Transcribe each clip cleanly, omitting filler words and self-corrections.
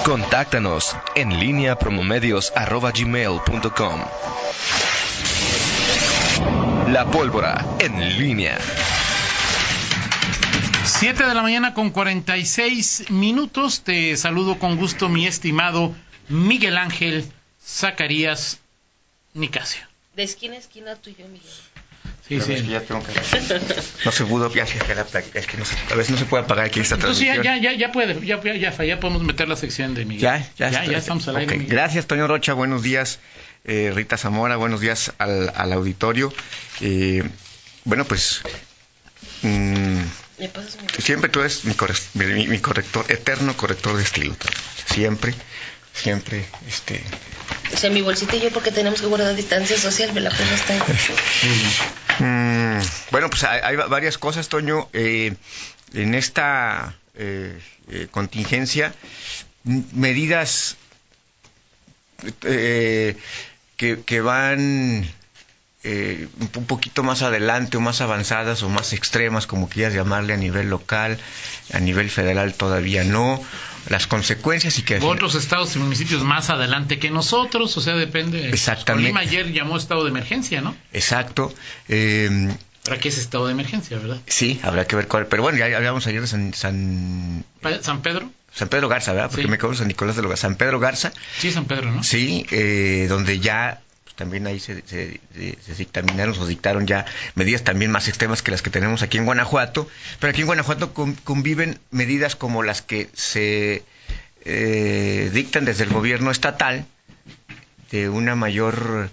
Contáctanos en línea promomedios@gmail.com. La Pólvora en línea. 7:46 a.m. Te saludo con gusto, mi estimado Miguel Ángel Zacarías Nicasio. De esquina a esquina tú y yo, Miguel. Sí, sí. Es que ya tengo que... No se pudo, ya se la práctica. Es que a veces no se puede apagar aquí esta transmisión. Entonces ya podemos meter la sección de Miguel. Ya estamos al aire. Okay. Gracias, Toño Rocha. Buenos días, Rita Zamora. Buenos días al auditorio. Bueno, pues... siempre tú eres mi corrector, eterno corrector de estilo. Siempre. O sea, mi bolsita y yo, porque tenemos que guardar distancia social, me la pongo hasta bueno, pues hay varias cosas, Toño. En esta contingencia, medidas que van un poquito más adelante o más avanzadas o más extremas, como quieras llamarle, a nivel local, a nivel federal todavía no. Las consecuencias y que... Otros estados y municipios más adelante que nosotros, o sea, depende. Exactamente. Colima ayer llamó estado de emergencia, ¿no? Exacto. ¿Para qué es estado de emergencia, verdad? Sí, habrá que ver cuál. Pero bueno, ya hablamos ayer de ¿San Pedro? San Pedro Garza, ¿verdad? Porque sí. Me acuerdo de San Nicolás de los Garza. San Pedro Garza. Sí, San Pedro, ¿no? Sí, donde ya... también ahí se dictaminaron o dictaron ya medidas también más extremas que las que tenemos aquí en Guanajuato, pero aquí en Guanajuato conviven medidas como las que se dictan desde el gobierno estatal, de una mayor...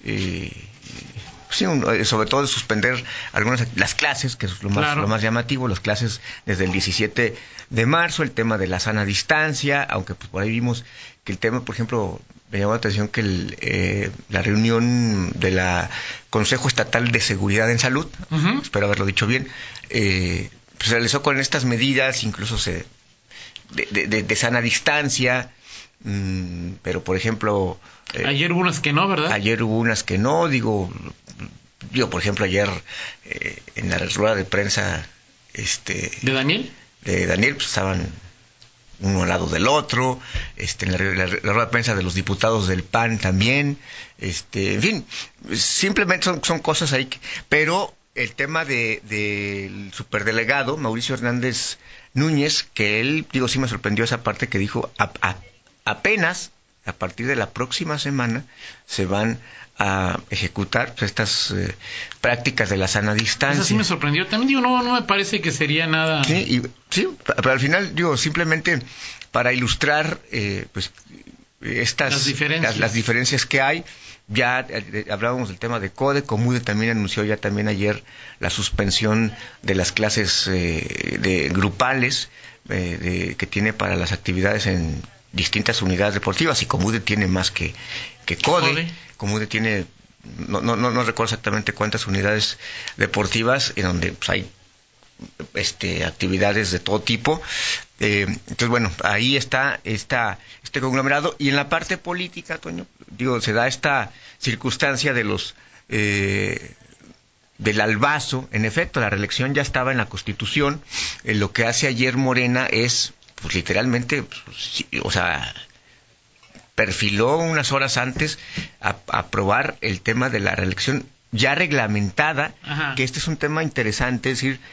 sobre todo de suspender las clases, que es lo más llamativo, las clases desde el 17 de marzo, el tema de la sana distancia, aunque pues por ahí vimos que el tema, por ejemplo, me llamó la atención que la reunión de la Consejo Estatal de Seguridad en Salud, espero haberlo dicho bien, pues se realizó con estas medidas, incluso de sana distancia, pero por ejemplo... ayer hubo unas que no, ¿verdad? Ayer hubo unas que no, digo, por ejemplo, ayer en la rueda de prensa... ¿De Daniel? De Daniel, pues estaban uno al lado del otro, en la rueda de prensa de los diputados del PAN también, en fin, simplemente son cosas ahí, pero el tema del superdelegado, Mauricio Hernández Núñez, que él, sí me sorprendió esa parte que dijo, apenas a partir de la próxima semana se van a ejecutar estas prácticas de la sana distancia. Eso sí me sorprendió. También no me parece que sería nada... Sí, pero al final, simplemente para ilustrar pues estas las diferencias que hay. Ya hablábamos del tema de CODE. Comude también anunció también ayer la suspensión de las clases de grupales que tiene para las actividades en distintas unidades deportivas, y Comude tiene más que CODE. Comude tiene, no recuerdo exactamente cuántas unidades deportivas en donde pues, hay actividades de todo tipo. Entonces, bueno, ahí está este conglomerado. Y en la parte política, Toño, se da esta circunstancia de los del albazo. En efecto, la reelección ya estaba en la Constitución. Lo que hace ayer Morena es, pues literalmente, perfiló unas horas antes a aprobar el tema de la reelección ya reglamentada. Ajá. Que este es un tema interesante, es decir,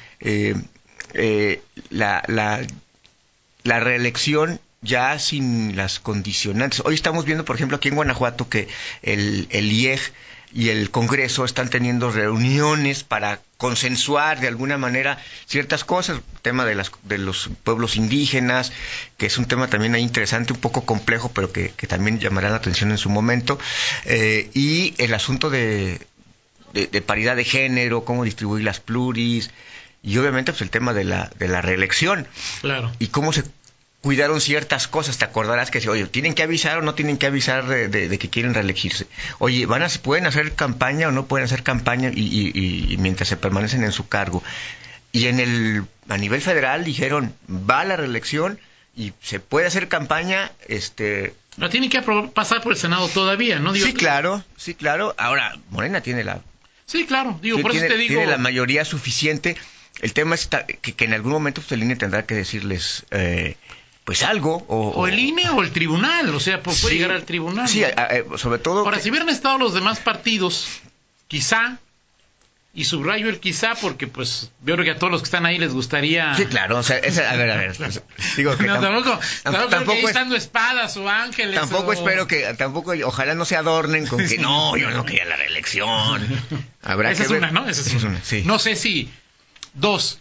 la reelección ya sin las condicionantes. Hoy estamos viendo, por ejemplo, aquí en Guanajuato, que el IEG y el Congreso están teniendo reuniones para consensuar de alguna manera ciertas cosas, el tema de los pueblos indígenas, que es un tema también ahí interesante, un poco complejo, pero que también llamará la atención en su momento, y el asunto de paridad de género, cómo distribuir las pluris, y obviamente pues el tema de la reelección. Claro. Y cómo se cuidaron ciertas cosas. Te acordarás que oye, ¿tienen que avisar o no tienen que avisar de que quieren reelegirse? Oye, ¿pueden hacer campaña o no pueden hacer campaña y mientras se permanecen en su cargo? Y a nivel federal dijeron, va a la reelección y se puede hacer campaña, La tiene que pasar por el Senado todavía, ¿no? Sí, claro. Ahora, Morena tiene Sí, claro. Por eso te digo... Tiene la mayoría suficiente. El tema es que en algún momento pues, el INE tendrá que decirles... pues algo. O el INE o el tribunal, o sea, puede llegar al tribunal. Sí, sobre todo... Ahora, si hubieran estado los demás partidos, quizá, y subrayo el quizá porque pues yo creo que a todos los que están ahí les gustaría... Sí, claro, o sea, a ver, digo que no, tampoco que ahí es- estando espadas o ángeles. Tampoco o... espero que, ojalá no se adornen con que no, yo no quería la reelección. Habrá Esa que es ver. una, ¿no? Esa es una. Sí. No sé si... Dos,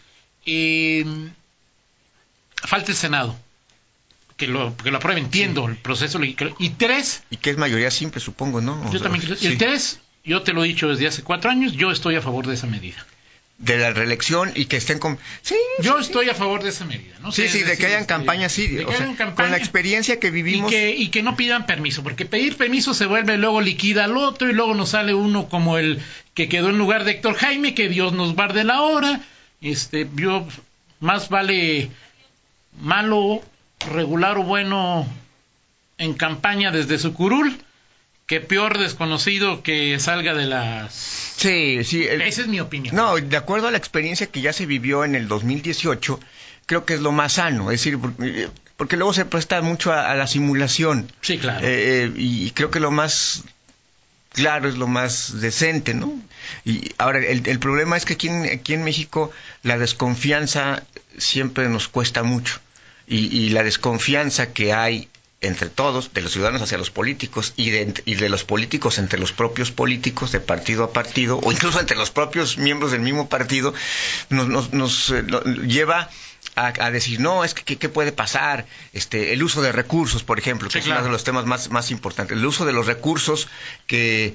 falta el Senado. Que lo apruebe, entiendo el proceso legislativo. Y tres, Y que es mayoría simple, supongo, ¿no? O yo sea, también creo. sí. El tres, yo te lo he dicho desde hace 4 años, yo estoy a favor de esa medida. De la reelección y que estén con... Sí, Yo estoy a favor de esa medida, ¿no? sí, Es sí, de decir, que hayan campañas, sí. de O que sea, hayan campaña con la experiencia que vivimos... y que no pidan permiso, porque pedir permiso se vuelve luego liquida al otro y luego nos sale uno como el que quedó en lugar de Héctor Jaime, que Dios nos guarde la hora. Yo más vale malo, regular o bueno en campaña desde su curul que peor desconocido que salga de las... Sí, sí. Esa es mi opinión. No, de acuerdo a la experiencia que ya se vivió en el 2018, creo que es lo más sano. Es decir, porque luego se presta mucho a la simulación. Sí, claro. Y creo que lo más claro es lo más decente, ¿no? Y ahora, el problema es que aquí en México la desconfianza siempre nos cuesta mucho. Y la desconfianza que hay entre todos, de los ciudadanos hacia los políticos y de los políticos entre los propios políticos, de partido a partido, o incluso entre los propios miembros del mismo partido, nos lleva a decir, no, es que ¿qué puede pasar? El uso de recursos, por ejemplo, que Sí, es claro. uno de los temas más importantes. El uso de los recursos que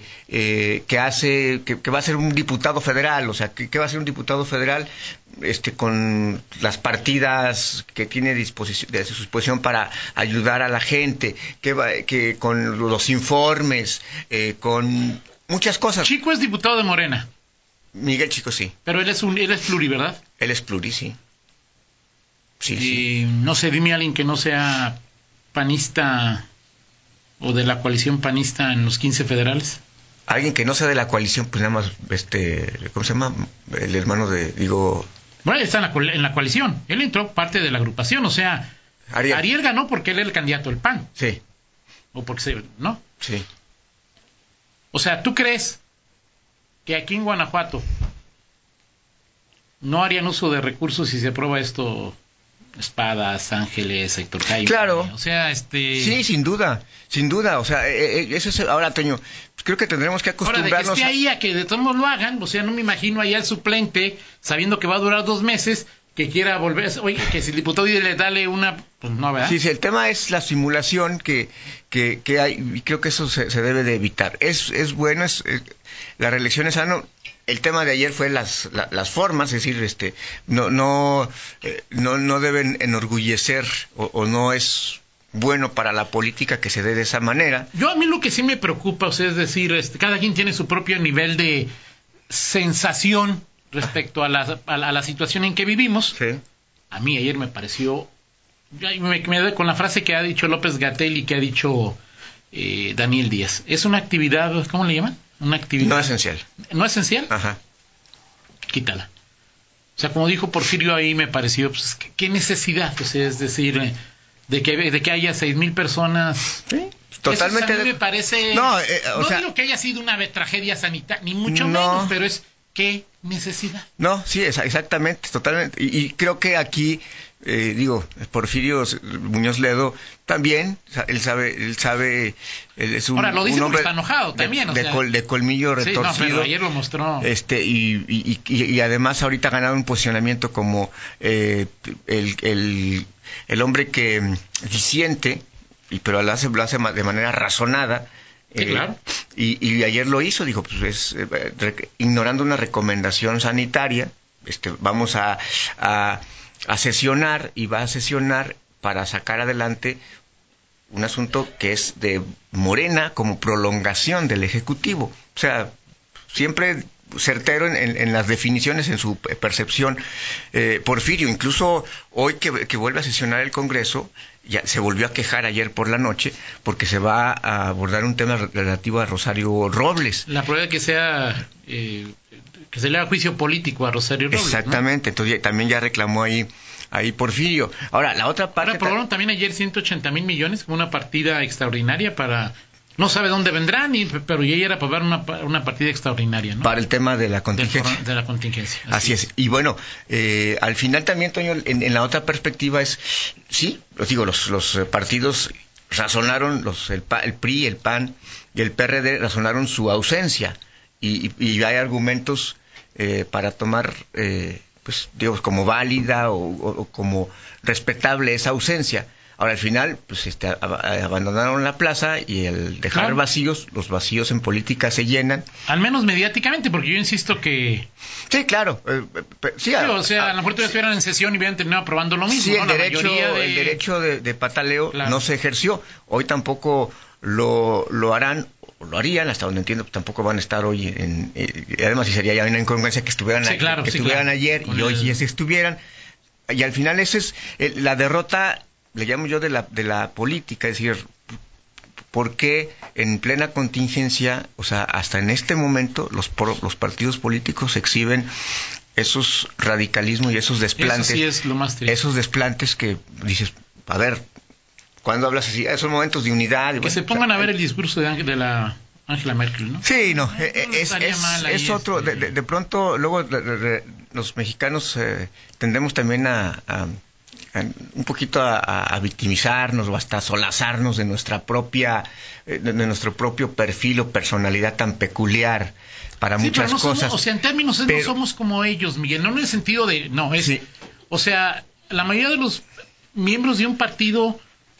va a ser un diputado federal, o sea, que va a ser un diputado federal con las partidas que tiene de su disposición para ayudar a la gente, que con los informes, con muchas cosas. Chico es diputado de Morena, Miguel Chico, sí. pero él es pluri, ¿verdad? Él es pluri, sí. Sí, Y sí. no sé, dime a alguien que no sea panista o de la coalición panista en los 15 federales. Alguien que no sea de la coalición, pues nada más, ¿cómo se llama? El hermano Bueno, él está en la coalición. Él entró parte de la agrupación, o sea, Ariel ganó porque él era el candidato del PAN. Sí, O porque ¿no? sí. O sea, ¿tú crees que aquí en Guanajuato no harían uso de recursos si se aprueba esto? Espadas, Ángeles, Héctor Jaime. Claro. O sea, Sí, sin duda. O sea, eso es... Ahora, Toño, creo que tendremos que ahora, de que acostumbrarnos esté ahí a que de todos modos lo hagan, o sea, no me imagino allá el suplente, sabiendo que va a durar 2 meses, que quiera volver, oye, que si el diputado le dale una, pues no, ¿verdad? Sí, el tema es la simulación que hay, y creo que eso se debe de evitar. Es bueno, la reelección es sano. El tema de ayer fue las formas, es decir, no deben enorgullecer o no es bueno para la política que se dé de esa manera. Yo a mí lo que sí me preocupa, o sea, es decir, cada quien tiene su propio nivel de sensación respecto a la situación en que vivimos. Sí. A mí ayer me pareció, me doy con la frase que ha dicho López-Gatell y que ha dicho Daniel Díaz. Es una actividad, ¿cómo le llaman? Una actividad No esencial. ¿No esencial? Ajá. Quítala. O sea, como dijo Porfirio ahí, me pareció, pues, ¿qué necesidad? O sea, es decir, de que haya 6,000 personas. Sí, totalmente. Eso a mí me parece. No, no digo que haya sido una tragedia sanitaria, ni mucho No. menos, pero es ¿qué necesidad? No, sí, exactamente, totalmente. Y creo que aquí, Porfirio Muñoz Ledo también, él sabe, él es un, Ahora, lo dice un porque hombre está enojado también, o sea. de colmillo Sí, no, retorcido. pero ayer lo mostró. Y además ahorita ha ganado un posicionamiento como el hombre que disiente, pero lo hace de manera razonada. Sí, claro. Y ayer lo hizo, dijo, pues ignorando una recomendación sanitaria, vamos a sesionar, y va a sesionar para sacar adelante un asunto que es de Morena como prolongación del Ejecutivo. O sea, siempre certero en las definiciones, en su percepción. Porfirio, incluso hoy que vuelve a sesionar el Congreso, ya se volvió a quejar ayer por la noche porque se va a abordar un tema relativo a Rosario Robles. La probabilidad que sea que se le haga juicio político a Rosario Robles. Exactamente, ¿no? Entonces también ya reclamó ahí ahí Porfirio. Ahora, la otra parte... Ahora aprobaron también ayer 180,000 millones como una partida extraordinaria para... No sabe dónde vendrán, pero ya era para una partida extraordinaria, ¿no? Para el tema de la contingencia. De la contingencia. Así es. Y bueno, al final también, Toño, en la otra perspectiva es, sí, os digo, los partidos razonaron, el PRI, el PAN y el PRD razonaron su ausencia. Y hay argumentos para tomar, pues, digo, como válida o como respetable esa ausencia. Ahora, al final, pues abandonaron la plaza y el dejar Claro. vacíos, los vacíos en política se llenan. Al menos mediáticamente, porque yo insisto que... Sí, claro. Sí, o sea, a lo mejor todavía estuvieran en sesión y hubieran terminado aprobando lo mismo, sí, ¿no? el derecho de pataleo Claro. no se ejerció. Hoy tampoco lo harán, o lo harían, hasta donde entiendo, pues tampoco van a estar hoy y además sí sería ya una incongruencia que estuvieran, Sí, claro, estuvieran claro. ayer Con y hoy sí estuvieran. Y al final esa es la derrota, le llamo yo, de la política, es decir, ¿por qué en plena contingencia, o sea, hasta en este momento, los partidos políticos exhiben esos radicalismos y esos desplantes? Eso sí es lo más triste. Esos desplantes que dices, a ver, cuando hablas así, esos momentos de unidad... Que se pongan a ver el discurso de la Angela Merkel, ¿no? Sí, no, estaría mal ahí, es otro, de pronto, luego los mexicanos tendemos también a un poquito a victimizarnos o hasta a solazarnos de nuestra propia, de nuestro propio perfil o personalidad tan peculiar para Sí, muchas pero no cosas. somos, o sea, en términos no somos como ellos, Miguel, no en el sentido de, no, es, Sí. o sea, la mayoría de los miembros de un partido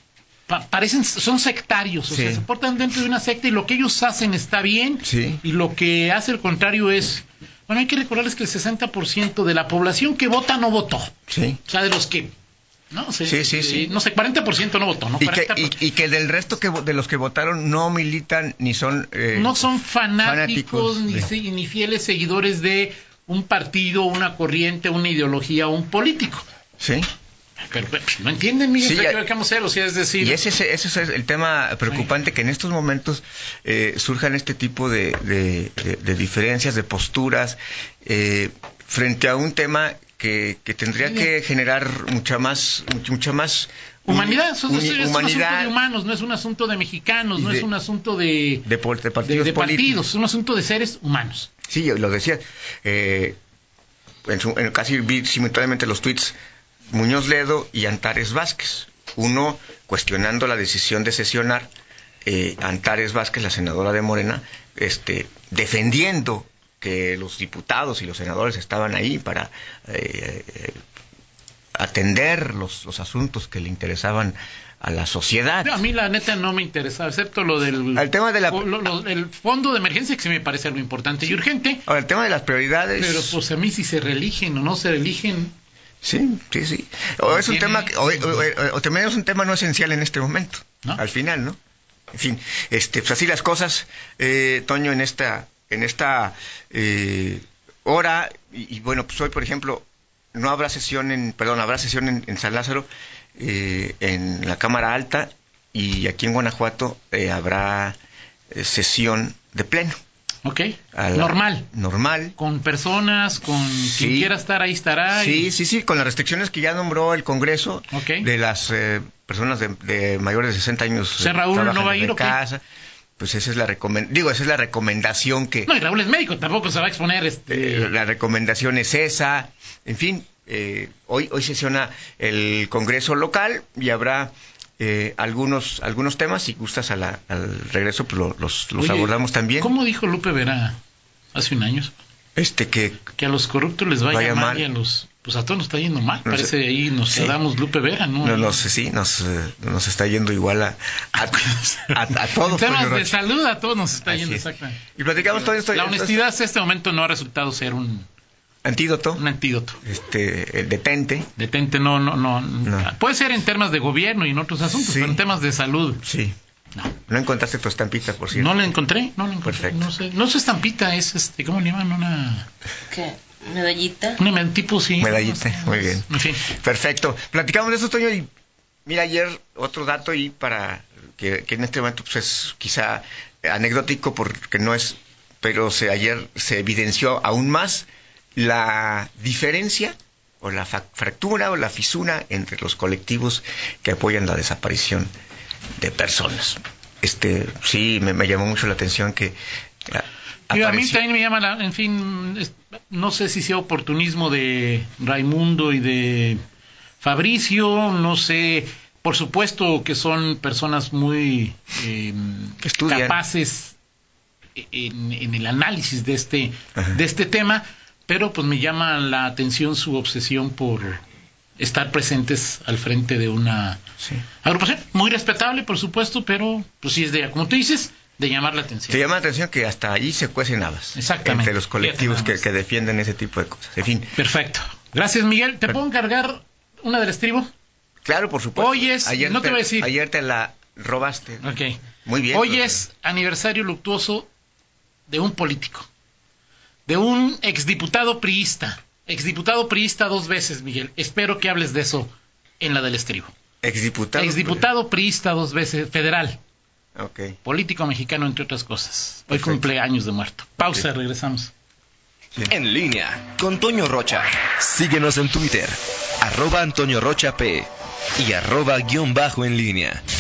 son sectarios, o Sí. sea, se portan dentro de una secta y lo que ellos hacen está bien, Sí. y lo que hace el contrario es, bueno, hay que recordarles que el 60% de la población que vota no votó, Sí. o sea, de los que, no sé, Sí. no sé, 40% no votó, ¿no? Y 40%. que, y que del resto de los que votaron no militan ni son... no son fanáticos fanáticos, ni fieles seguidores de un partido, una corriente, una ideología o un político. Sí. Pero no entienden, Miguel, Sí, ¿qué vamos a hacer? O sea, es decir... Y ese es el tema preocupante, que en estos momentos surjan este tipo de diferencias, de posturas, frente a un tema que tendría que generar mucha más Humanidad, es un asunto humanidad de humanos, no es un asunto de mexicanos, no es un asunto de partidos de políticos. partidos, es un asunto de seres humanos. Sí, lo decía. Casi vi simultáneamente los tweets Muñoz Ledo y Antares Vázquez. Uno cuestionando la decisión de sesionar, Antares Vázquez, la senadora de Morena, defendiendo que los diputados y los senadores estaban ahí para atender los asuntos que le interesaban a la sociedad. A mí la neta no me interesa, excepto lo del el tema de el fondo de emergencia, que sí me parece algo importante y urgente. Ahora, el tema de las prioridades... Pero pues a mí si se reeligen o no se reeligen... Sí. O es un tema o también es un tema no esencial en este momento, ¿no? Al final, ¿no? En fin, pues así las cosas, Toño, en esta hora, y bueno, pues hoy, por ejemplo, no habrá sesión habrá sesión en San Lázaro, en la Cámara Alta, y aquí en Guanajuato habrá sesión de pleno. Ok, normal. Con personas, con quien quiera estar, ahí estará. Sí, con las restricciones que ya nombró el Congreso, de las personas de mayores de 60 años. O sea, Raúl no va a ir, ¿o casa. Pues esa es la recomendación que... No, y Raúl es médico, tampoco se va a exponer. La recomendación es esa. En fin, hoy sesiona el Congreso local y habrá... algunos temas, si gustas al regreso, pues los abordamos también. ¿Cómo dijo Lupe Vera hace un año? Que a los corruptos les vaya mal y a los... Pues a todos nos está yendo mal, parece ahí nos quedamos Lupe Vera, ¿no? Nos está yendo igual a todos. En temas de salud a todos nos está yendo, exactamente. Y platicamos todo esto. La honestidad hasta este momento no ha resultado ser un... Antídoto. Un antídoto. El detente. Detente no. Puede ser en temas de gobierno y en otros asuntos, pero en temas de salud. Sí. No encontraste tu estampita, por cierto. No la encontré. Perfecto. No es estampita, es ¿cómo le llaman? Una... ¿Qué? ¿Medallita? Un tipo, sí. Medallita, muy bien. En fin. Perfecto. Platicamos de eso, Toño, y mira, ayer otro dato y para que en este momento pues es quizá anecdótico porque no es, pero ayer se evidenció aún más la diferencia o la fractura o la fisura entre los colectivos que apoyan la desaparición de personas. Sí, me llamó mucho la atención que a mí también me llama no sé si sea oportunismo de Raimundo y de Fabricio, no sé, por supuesto que son personas muy capaces en el análisis de este tema, pero pues me llama la atención su obsesión por estar presentes al frente de una agrupación muy respetable, por supuesto, pero pues sí es como tú dices, de llamar la atención. Te llama la atención que hasta ahí se cuecen habas. Exactamente. Entre los colectivos que defienden ese tipo de cosas. En fin. Perfecto. Gracias, Miguel. ¿Te puedo encargar una del estribo? Claro, por supuesto. Hoy es, no te voy a decir. Ayer te la robaste. Ok. Muy bien. Hoy es aniversario luctuoso de un político, de un exdiputado priista 2 veces, Miguel. Espero que hables de eso en la del estribo. Exdiputado priista 2 veces, federal. Okay. Político mexicano, entre otras cosas. Hoy Perfecto. cumple años de muerto. Pausa, Okay. Regresamos. Bien. En línea con Toño Rocha. Síguenos en Twitter, @AntonioRochaP y @_en línea.